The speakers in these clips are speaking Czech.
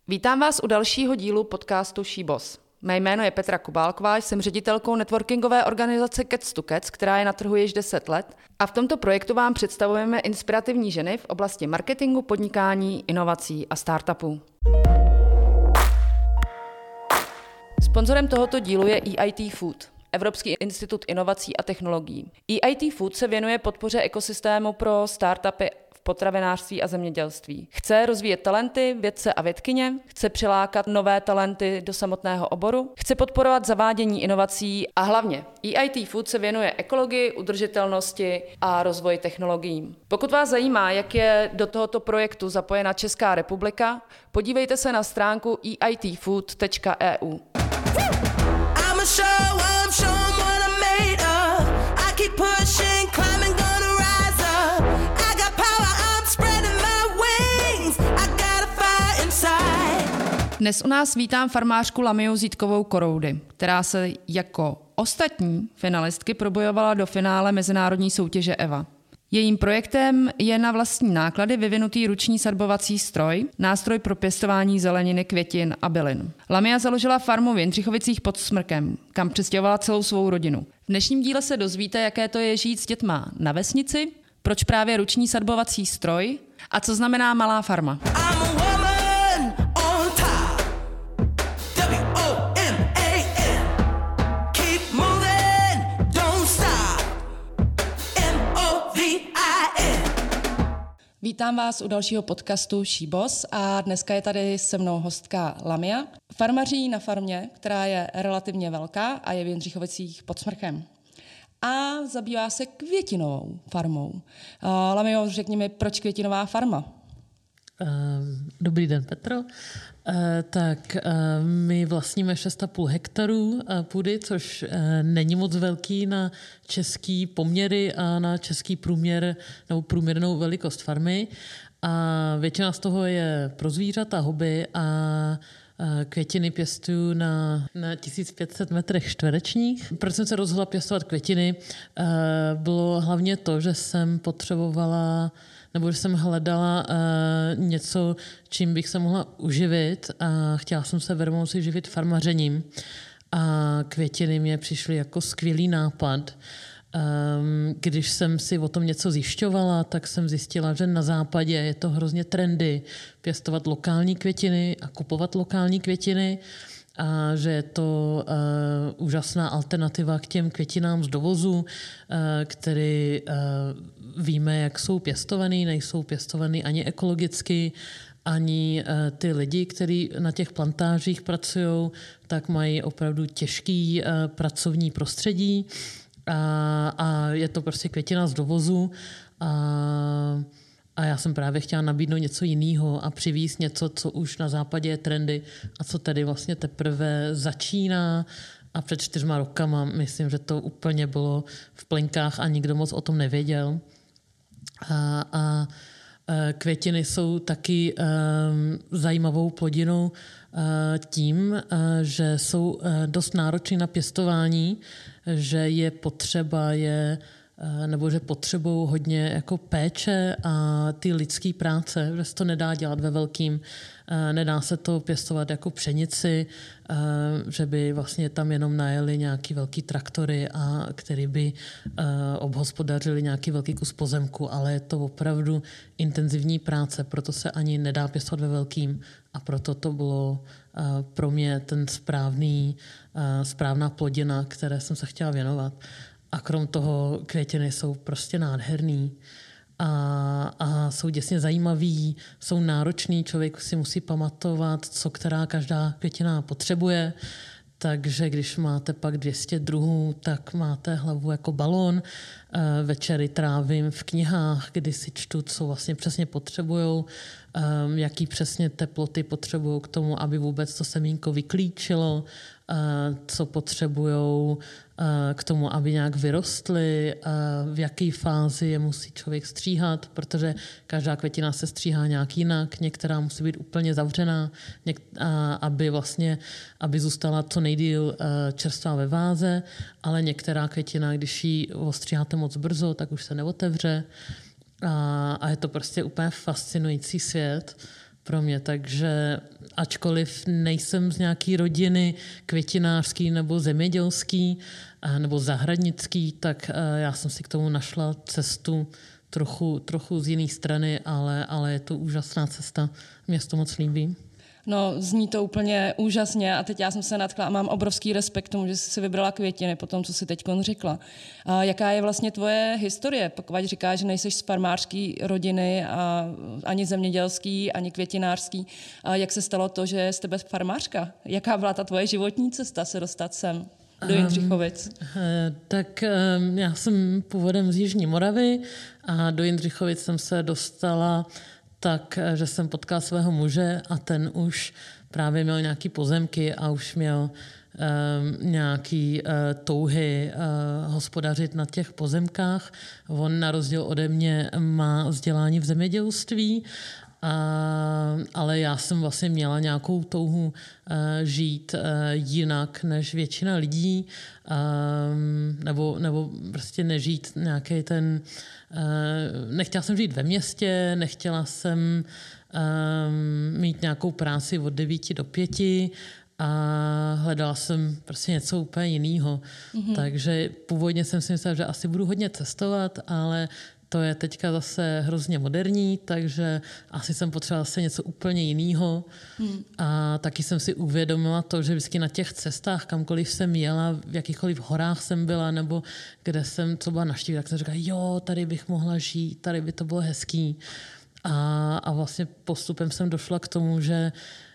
Vítám vás u dalšího dílu podcastu SheBoss. Mé jméno je Petra Kubálková, jsem ředitelkou networkingové organizace Cats to Cats, která je na trhu již 10 let a v tomto projektu vám představujeme inspirativní ženy v oblasti marketingu, podnikání, inovací a startupů. Sponzorem tohoto dílu je EIT Food, Evropský institut inovací a technologií. EIT Food se věnuje podpoře ekosystému pro startupy v potravinářství a zemědělství. Chce rozvíjet talenty, vědce a vědkyně, chce přilákat nové talenty do samotného oboru, chce podporovat zavádění inovací a hlavně EIT Food se věnuje ekologii, udržitelnosti a rozvoji technologií. Pokud vás zajímá, jak je do tohoto projektu zapojena Česká republika, podívejte se na stránku eitfood.eu. Dnes u nás vítám farmářku Lamiu Zítkovou Koroudy, která se jako ostatní finalistky probojovala do finále mezinárodní soutěže EVA. Jejím projektem je na vlastní náklady vyvinutý ruční sadbovací stroj, nástroj pro pěstování zeleniny, květin a bylin. Lamia založila farmu v Jindřichovicích pod Smrkem, kam přestěhovala celou svou rodinu. V dnešním díle se dozvíte, jaké to je žít s dětma na vesnici, proč právě ruční sadbovací stroj a co znamená malá farma. Vítám vás u dalšího podcastu SheBoss a dneska je tady se mnou hostka Lamia. Farmaří na farmě, která je relativně velká a je v Jindřichovicích pod Smrkem. A zabývá se květinovou farmou. Lamio, řekni mi, proč květinová farma? Dobrý den, Petro. My vlastníme 6,5 hektarů půdy, což není moc velký na český poměry a na český průměr nebo průměrnou velikost farmy. A většina z toho je pro zvířata, hobby a květiny pěstuju na 1500 metrech čtverečních. Proč jsem se rozhodla pěstovat květiny? Bylo hlavně to, že jsem potřebovala nebo že jsem hledala něco, čím bych se mohla uživit a chtěla jsem se vedou si živit farmařením. A květiny mě přišly jako skvělý nápad. Když jsem si o tom něco zjišťovala, tak jsem zjistila, že na západě je to hrozně trendy pěstovat lokální květiny a kupovat lokální květiny a že je to úžasná alternativa k těm květinám z dovozu, který víme, jak jsou pěstovaný, nejsou pěstovaný ani ekologicky, ani ty lidi, kteří na těch plantážích pracují, tak mají opravdu těžký pracovní prostředí a je to prostě květina z dovozu a já jsem právě chtěla nabídnout něco jiného a přivést něco, co už na západě je trendy a co tady vlastně teprve začíná. A před 4 rokama myslím, že to úplně bylo v plenkách a nikdo moc o tom nevěděl. A květiny jsou taky zajímavou plodinou tím, že jsou dost náročné na pěstování, že je potřeba nebo že potřebují hodně jako péče a ty lidský práce, že se to nedá dělat ve velkým, nedá se to pěstovat jako pšenici, že by vlastně tam jenom najeli nějaký velký traktory, a který by obhospodařili nějaký velký kus pozemku, ale je to opravdu intenzivní práce, proto se ani nedá pěstovat ve velkým a proto to bylo pro mě ten správná plodina, které jsem se chtěla věnovat. A krom toho květiny jsou prostě nádherný a jsou děsně zajímavý, jsou náročný, člověk si musí pamatovat, co která každá květina potřebuje, takže když máte pak 200 druhů, tak máte hlavu jako balón. Večery trávím v knihách, kdy si čtu, co vlastně přesně potřebujou, jaký přesně teploty potřebují k tomu, aby vůbec to semínko vyklíčilo, co potřebujou k tomu, aby nějak vyrostly, v jaké fázi je musí člověk stříhat, protože každá květina se stříhá nějak jinak, některá musí být úplně zavřená, aby zůstala co nejdýl čerstvá ve váze, ale některá květina, když ji ostříháte moc brzo, tak už se neotevře. A je to prostě úplně fascinující svět, pro mě, takže ačkoliv nejsem z nějaký rodiny květinářský nebo zemědělský nebo zahradnický, tak já jsem si k tomu našla cestu trochu z jiné strany, ale je to úžasná cesta. Mě to moc líbí. No, zní to úplně úžasně a teď já jsem se nadchla a mám obrovský respekt tomu, že jsi si vybrala květiny po tom, co jsi teď řekla. A jaká je vlastně tvoje historie? Pokud říkáš, že nejseš z farmářské rodiny, a ani zemědělský, ani květinářský, a jak se stalo to, že je z tebe farmářka? Jaká byla ta tvoje životní cesta se dostat sem do Jindřichovic? Tak já jsem původem z Jižní Moravy a do Jindřichovic jsem se dostala tak, že jsem potkala svého muže a ten už právě měl nějaký pozemky a už měl nějaký touhy hospodařit na těch pozemkách. On na rozdíl ode mě má vzdělání v zemědělství, ale já jsem vlastně měla nějakou touhu žít jinak než většina lidí, nebo prostě nežít nějaký ten... Nechtěla jsem žít ve městě, nechtěla jsem mít nějakou práci od 9 do 5 a hledala jsem prostě něco úplně jiného. Mm-hmm. Takže původně jsem si myslela, že asi budu hodně cestovat, ale to je teďka zase hrozně moderní, takže asi jsem potřebovala zase něco úplně jiného. A taky jsem si uvědomila to, že vždycky na těch cestách, kamkoliv jsem jela, v jakýchkoliv horách jsem byla, nebo kde jsem co byla navštívila, tak jsem říkala, jo, tady bych mohla žít, tady by to bylo hezký. A vlastně postupem jsem došla k tomu, že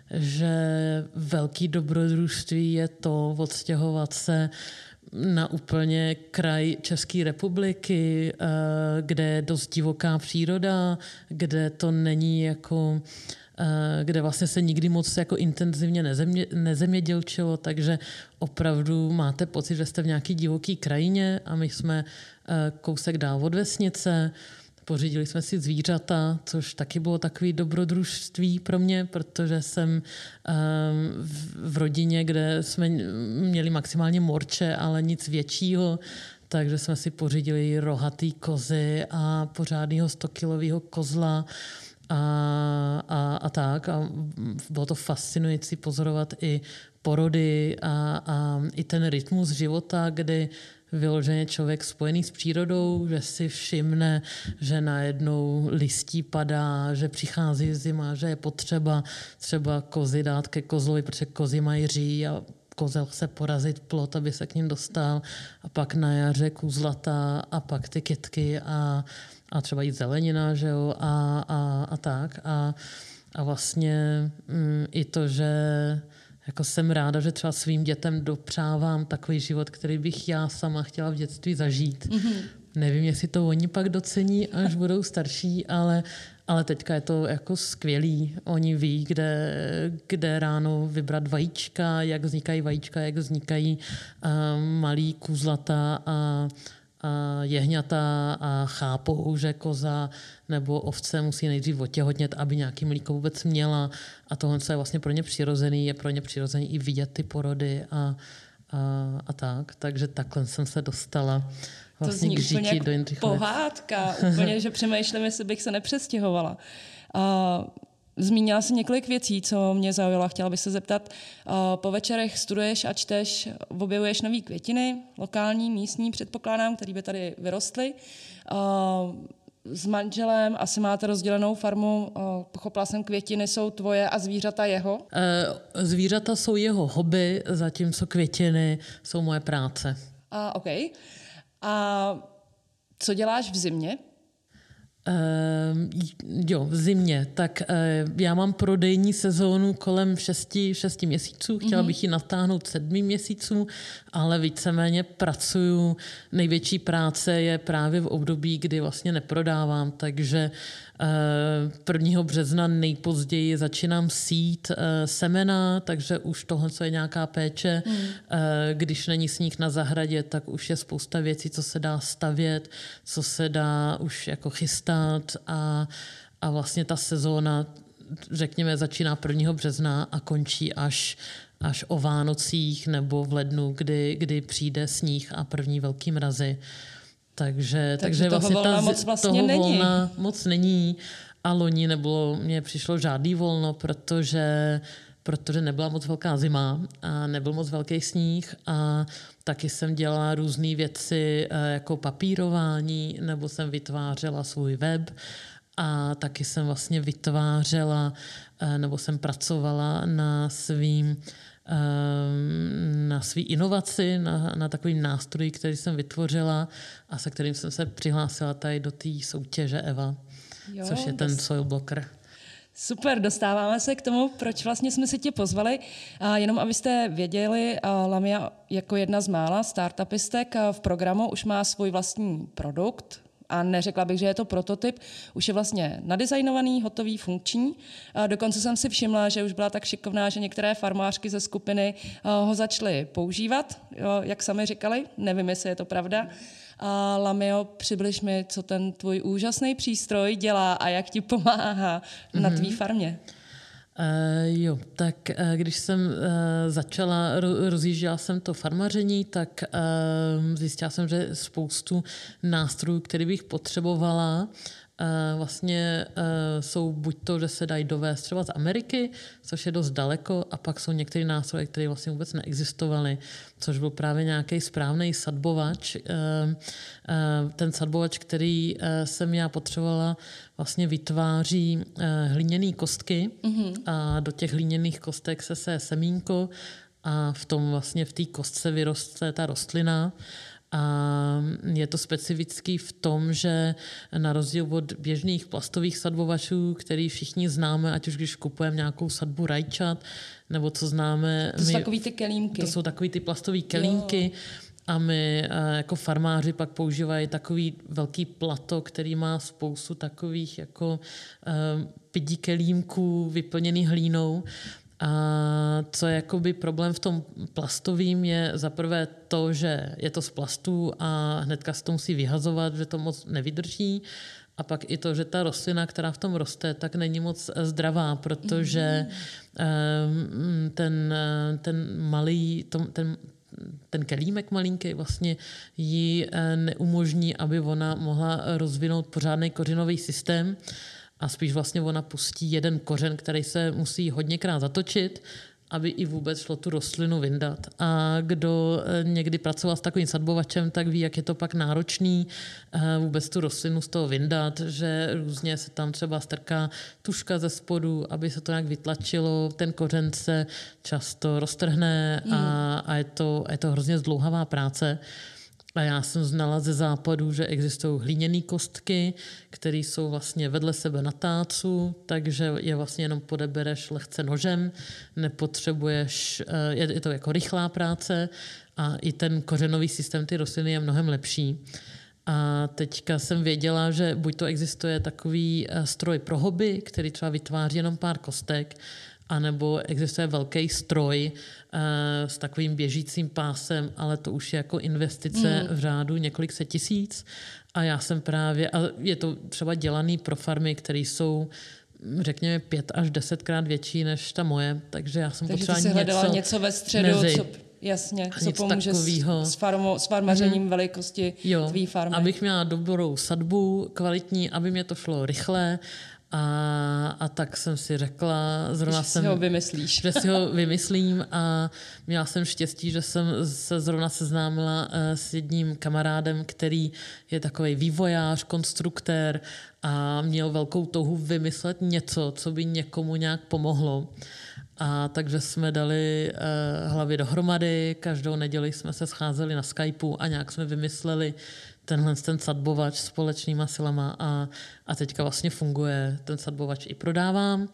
velký dobrodružství je to odstěhovat se na úplně kraj České republiky, kde je dost divoká příroda, kde to není jako, kde vlastně se nikdy moc jako intenzivně nezemědělčilo, takže opravdu máte pocit, že jste v nějaký divoký krajině a my jsme kousek dál od vesnice. Pořídili jsme si zvířata, což taky bylo takový dobrodružství pro mě, protože jsem v rodině, kde jsme měli maximálně morče, ale nic většího, takže jsme si pořídili rohatý kozy a pořádného 100kilového kozla a tak. A bylo to fascinující pozorovat i porody a i ten rytmus života, kdy vyloženě člověk spojený s přírodou, že si všimne, že najednou listí padá, že přichází zima, že je potřeba třeba kozy dát ke kozlovi, protože kozy mají ří a kozel chce porazit plot, aby se k ním dostal, a pak na jaře kůzlata a pak ty kytky a třeba jí zelenina, že jo, a tak. A vlastně i to, že jako jsem ráda, že třeba svým dětem dopřávám takový život, který bych já sama chtěla v dětství zažít. Mm-hmm. Nevím, jestli to oni pak docení, až budou starší, ale teďka je to jako skvělý. Oni ví, kde ráno vybrat vajíčka, jak vznikají vajíčka, jak vznikají malý kůzlata a jehňata a chápou, že koza nebo ovce musí nejdřív otěhotnět, aby nějaký mlíko vůbec měla. A tohle, co je vlastně pro ně přirozený, je pro ně přirozený i vidět ty porody a tak. Takže takhle jsem se dostala vlastně k žití do Jindřichovic. Pohádka, úplně, že přemýšlím, jestli bych se nepřestěhovala. Zmínila jsi několik věcí, co mě zaujalo. Chtěla bych se zeptat, po večerech studuješ a čteš, objevuješ nový květiny, lokální, místní, předpokládám, které by tady vyrostly. S manželem asi máte rozdělenou farmu. Pochopila jsem, květiny jsou tvoje a zvířata jeho? Zvířata jsou jeho hobby, zatímco květiny jsou moje práce. OK. A co děláš v zimě? V zimě. Tak já mám prodejní sezónu kolem 6 měsíců. Chtěla bych ji natáhnout 7 měsíců, ale víceméně pracuju. Největší práce je právě v období, kdy vlastně neprodávám, takže 1. března nejpozději začínám sít semena, takže už tohle, co je nějaká péče. Když není sníh na zahradě, tak už je spousta věcí, co se dá stavět, co se dá už jako chystat a vlastně ta sezóna, řekněme, začíná 1. března a končí až o Vánocích nebo v lednu, kdy přijde sníh a první velký mrazy. Takže toho vlastně volna moc vlastně toho není. volna moc není a loni mně přišlo žádný volno, protože nebyla moc velká zima a nebyl moc velký sníh a taky jsem dělala různé věci jako papírování, nebo jsem vytvářela svůj web a taky jsem vlastně vytvářela nebo jsem pracovala na svý inovaci, na takovým nástroji, který jsem vytvořila a se kterým jsem se přihlásila tady do té soutěže EVA, což je ten soil blocker. Super, dostáváme se k tomu, proč vlastně jsme si tě pozvali. A jenom abyste věděli, Lamia jako jedna z mála startupistek v programu už má svůj vlastní produkt, a neřekla bych, že je to prototyp, už je vlastně nadizajnovaný, hotový, funkční. A dokonce jsem si všimla, že už byla tak šikovná, že některé farmářky ze skupiny ho začaly používat, jak sami říkali, nevím, jestli je to pravda. A Lamio, přibliž mi, co ten tvůj úžasný přístroj dělá a jak ti pomáhá na tvý farmě. Tak když jsem začala, rozjížděla jsem to farmaření, tak zjistila jsem, že spoustu nástrojů, které bych potřebovala, vlastně jsou buď to, že se dají dovést třeba z Ameriky, což je dost daleko, a pak jsou některé nástroje, které vlastně vůbec neexistovaly, což byl právě nějaký správný sadbovač. Ten sadbovač, který jsem já potřebovala, vlastně vytváří hliněné kostky a do těch hliněných kostek se seje semínko a v té kostce vyroste ta rostlina. A je to specifický v tom, že na rozdíl od běžných plastových sadbovačů, který všichni známe, ať už když kupujeme nějakou sadbu rajčat, nebo co známe... To jsou takový ty kelímky. To jsou takový ty plastové kelímky. A my jako farmáři pak používají takový velký plato, který má spoustu takových jako pidí kelímků vyplněný hlínou. A co je jakoby problém v tom plastovým je zaprvé to, že je to z plastu a hnedka se to musí vyhazovat, že to moc nevydrží. A pak i to, že ta rostlina, která v tom roste, tak není moc zdravá, protože ten kelímek malinký vlastně ji neumožní, aby ona mohla rozvinout pořádný kořenový systém a spíš vlastně ona pustí jeden kořen, který se musí hodněkrát zatočit, aby i vůbec šlo tu rostlinu vyndat. A kdo někdy pracoval s takovým sadbovačem, tak ví, jak je to pak náročný vůbec tu rostlinu z toho vyndat, že různě se tam třeba strká tužka ze spodu, aby se to nějak vytlačilo, ten kořen se často roztrhne a je to hrozně zdlouhavá práce. A já jsem znala ze západu, že existují hliněné kostky, které jsou vlastně vedle sebe na tácu, takže je vlastně jenom podebereš lehce nožem, nepotřebuješ, je to jako rychlá práce a i ten kořenový systém ty rostliny je mnohem lepší. A teďka jsem věděla, že buď to existuje takový stroj pro hobby, který třeba vytváří jenom pár kostek, anebo existuje velký stroj s takovým běžícím pásem, ale to už je jako investice v řádu několik set tisíc. A já jsem právě, a je to třeba dělaný pro farmy, které jsou, řekněme, 5 až 10krát větší než ta moje, takže já jsem potřeba něco... Takže ty jsi hledala něco ve středu, co pomůže s farmařením velikosti tvý farmy. Abych měla dobrou sadbu, kvalitní, aby mě to šlo rychle. A tak jsem si řekla, že si ho vymyslím a měla jsem štěstí, že jsem se zrovna seznámila s jedním kamarádem, který je takovej vývojář, konstruktér a měl velkou touhu vymyslet něco, co by někomu nějak pomohlo. A takže jsme dali hlavy dohromady, každou neděli jsme se scházeli na Skypeu a nějak jsme vymysleli ten sadbovač společnýma silama a teďka vlastně funguje. Ten sadbovač i prodávám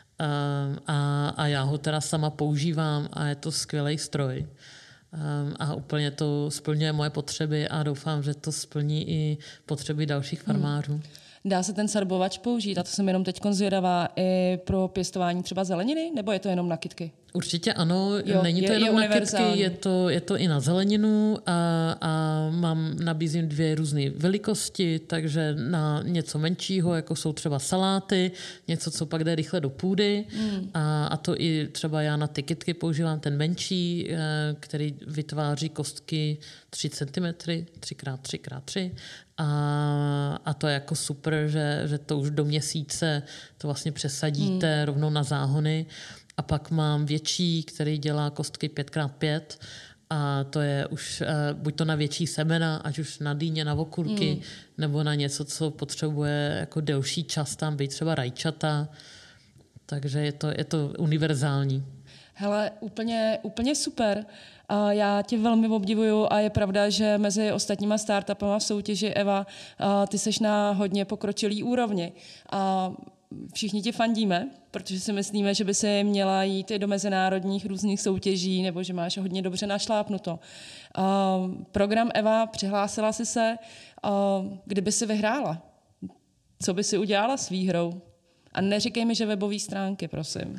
a já ho teda sama používám a je to skvělý stroj. A úplně to splňuje moje potřeby a doufám, že to splní i potřeby dalších farmářů. Dá se ten sadbovač použít, a to jsem jenom teď zvědavá, i pro pěstování třeba zeleniny, nebo je to jenom na kytky? Určitě ano, Jo, není to jenom na kytky, je to i na zeleninu a nabízím 2 různé velikosti, takže na něco menšího, jako jsou třeba saláty, něco, co pak jde rychle do půdy a to i třeba já na ty kytky používám ten menší, který vytváří kostky 3 cm, 3x3x3 a to je jako super, že to už do měsíce to vlastně přesadíte rovnou na záhony. A pak mám větší, který dělá kostky 5x5 a to je už buď to na větší semena, ať už na dýně, na okurky, nebo na něco, co potřebuje jako delší čas tam být, třeba rajčata. Takže je to univerzální. Hele, úplně super. A já tě velmi obdivuju a je pravda, že mezi ostatníma startupama v soutěži Eva, ty seš na hodně pokročilý úrovni. A všichni ti fandíme, protože si myslíme, že by si měla jít i do mezinárodních různých soutěží nebo že máš hodně dobře našlápnuto. Program Eva, přihlásila si se, kdyby si vyhrála. Co by si udělala s výhrou? A neříkej mi, že webové stránky, prosím.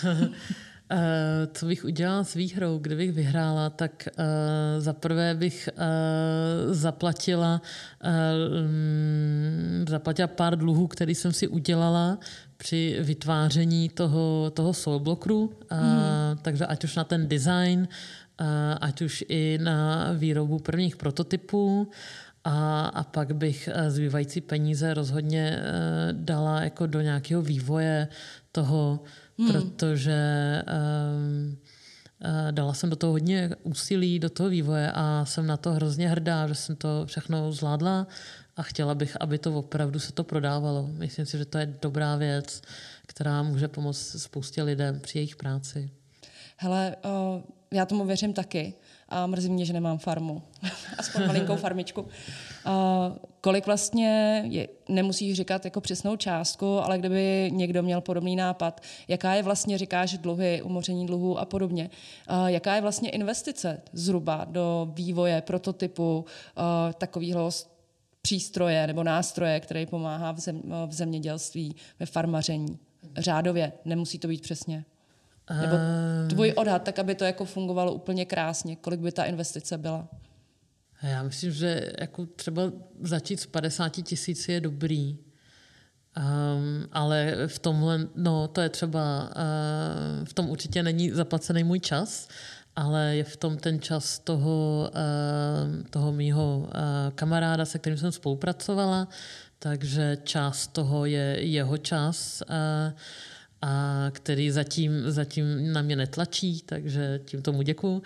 Co bych udělala s výhrou, kdybych vyhrála, tak za prvé bych zaplatila pár dluhů, který jsem si udělala při vytváření toho Soulblockeru, takže ať už na ten design, ať už i na výrobu prvních prototypů, a pak bych zbývající peníze rozhodně dala jako do nějakého vývoje toho, protože dala jsem do toho hodně úsilí, do toho vývoje a jsem na to hrozně hrdá, že jsem to všechno zvládla a chtěla bych, aby to opravdu se to prodávalo. Myslím si, že to je dobrá věc, která může pomoct spoustě lidem při jejich práci. Hele, já tomu věřím taky a mrzí mě, že nemám farmu. Aspoň malinkou farmičku. Kolik vlastně, nemusíš říkat jako přesnou částku, ale kdyby někdo měl podobný nápad, jaká je vlastně, říkáš, dluhy, umoření dluhů a podobně, jaká je vlastně investice zhruba do vývoje prototypu takového přístroje nebo nástroje, který pomáhá v zemědělství, ve farmaření. Řádově, nemusí to být přesně. Nebo tvůj odhad, tak aby to jako fungovalo úplně krásně. Kolik by ta investice byla? Já myslím, že jako třeba začít s 50 000 je dobrý. Ale v tomhle, to je třeba, v tom určitě není zaplacený můj čas, ale je v tom ten čas toho mýho kamaráda, se kterým jsem spolupracovala, takže část toho je jeho čas, a který zatím na mě netlačí, takže tím tomu děkuju.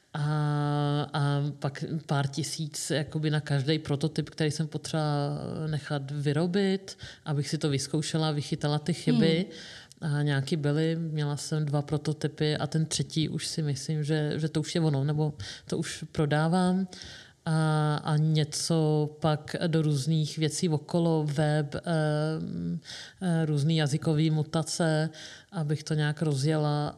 A pak pár tisíc jakoby na každý prototyp, který jsem potřeba nechat vyrobit, abych si to vyzkoušela, vychytala ty chyby. A nějaký byly, měla jsem 2 prototypy a ten 3. už si myslím, že to už je ono, nebo to už prodávám. A něco pak do různých věcí okolo, web, různý jazykové mutace, abych to nějak rozjela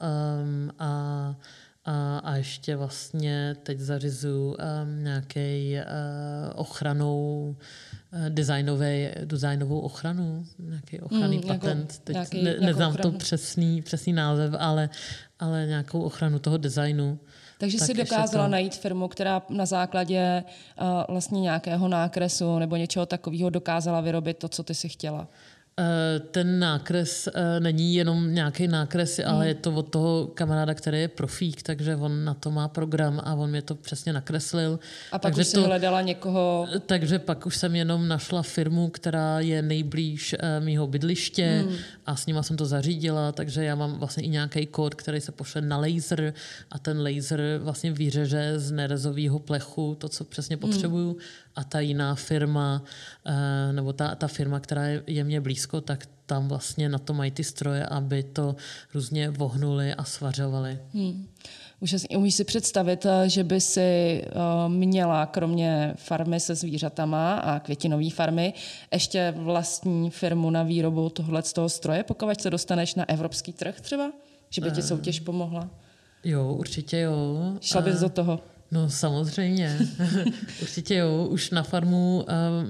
a ještě vlastně teď zařizuju nějaký ochranou, designovou ochranu, nějaký ochranný patent. Teď neznám to přesný název, ale nějakou ochranu toho designu. Takže jsi dokázala najít firmu, která na základě vlastně nějakého nákresu nebo něčeho takového dokázala vyrobit to, co ty si chtěla. Ten nákres není jenom nějaký nákres, ale je to od toho kamaráda, který je profík, takže on na to má program a on mě to přesně nakreslil. A pak už jsi hledala někoho... Takže pak už jsem jenom našla firmu, která je nejblíž mýho bydliště a s nima jsem to zařídila, takže já mám vlastně i nějaký kód, který se pošle na laser a ten laser vlastně vyřeže z nerezového plechu to, co přesně potřebuju. A ta jiná firma, nebo ta firma, která je mě blízko, tak tam vlastně na to mají ty stroje, aby to různě vohnuli a svařovali. Umíš si představit, že by si měla kromě farmy se zvířatama a květinové farmy ještě vlastní firmu na výrobu tohoto stroje, pokud se dostaneš na evropský trh třeba? Že by ti soutěž pomohla? Jo, určitě jo. Šla bys do toho? No samozřejmě, určitě jo. Už na farmu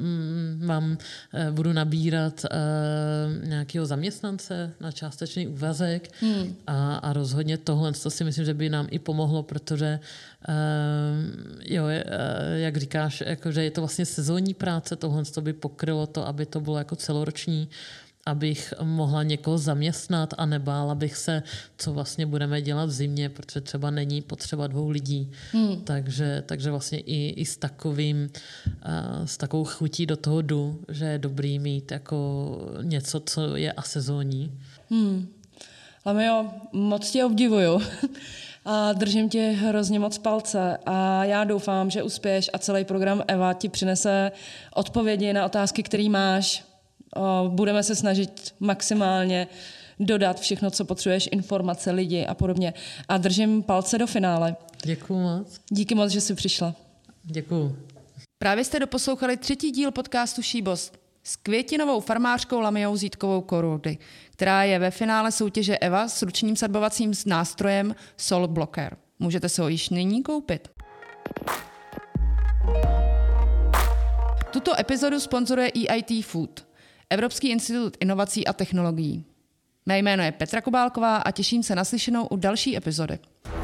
budu nabírat nějakého zaměstnance na částečný úvazek a rozhodně tohle to si myslím, že by nám i pomohlo, protože jak říkáš, jako, že je to vlastně sezónní práce, tohle to by pokrylo to, aby to bylo jako celoroční, abych mohla někoho zaměstnat a nebála bych se, co vlastně budeme dělat v zimě, protože třeba není potřeba 2 lidí. Takže vlastně i s takovou chutí do toho jdu, že je dobrý mít jako něco, co je asezónní. Lamio, moc tě obdivuju. A držím ti hrozně moc palce a já doufám, že uspěješ a celý program EVA ti přinese odpovědi na otázky, které máš. Budeme se snažit maximálně dodat všechno, co potřebuješ, informace, lidi a podobně. A držím palce do finále. Děkuju moc. Díky moc, že jsi přišla. Děkuju. Právě jste doposlouchali 3. díl podcastu Šíbost s květinovou farmářkou Lamiou Zítkovou Korudy, která je ve finále soutěže EVA s ručním sadbovacím nástrojem Sol Blocker. Můžete se ho již nyní koupit. Tuto epizodu sponzoruje EIT Food, Evropský institut inovací a technologií. Mé jméno je Petra Kobálková a těším se na slyšenou u další epizody.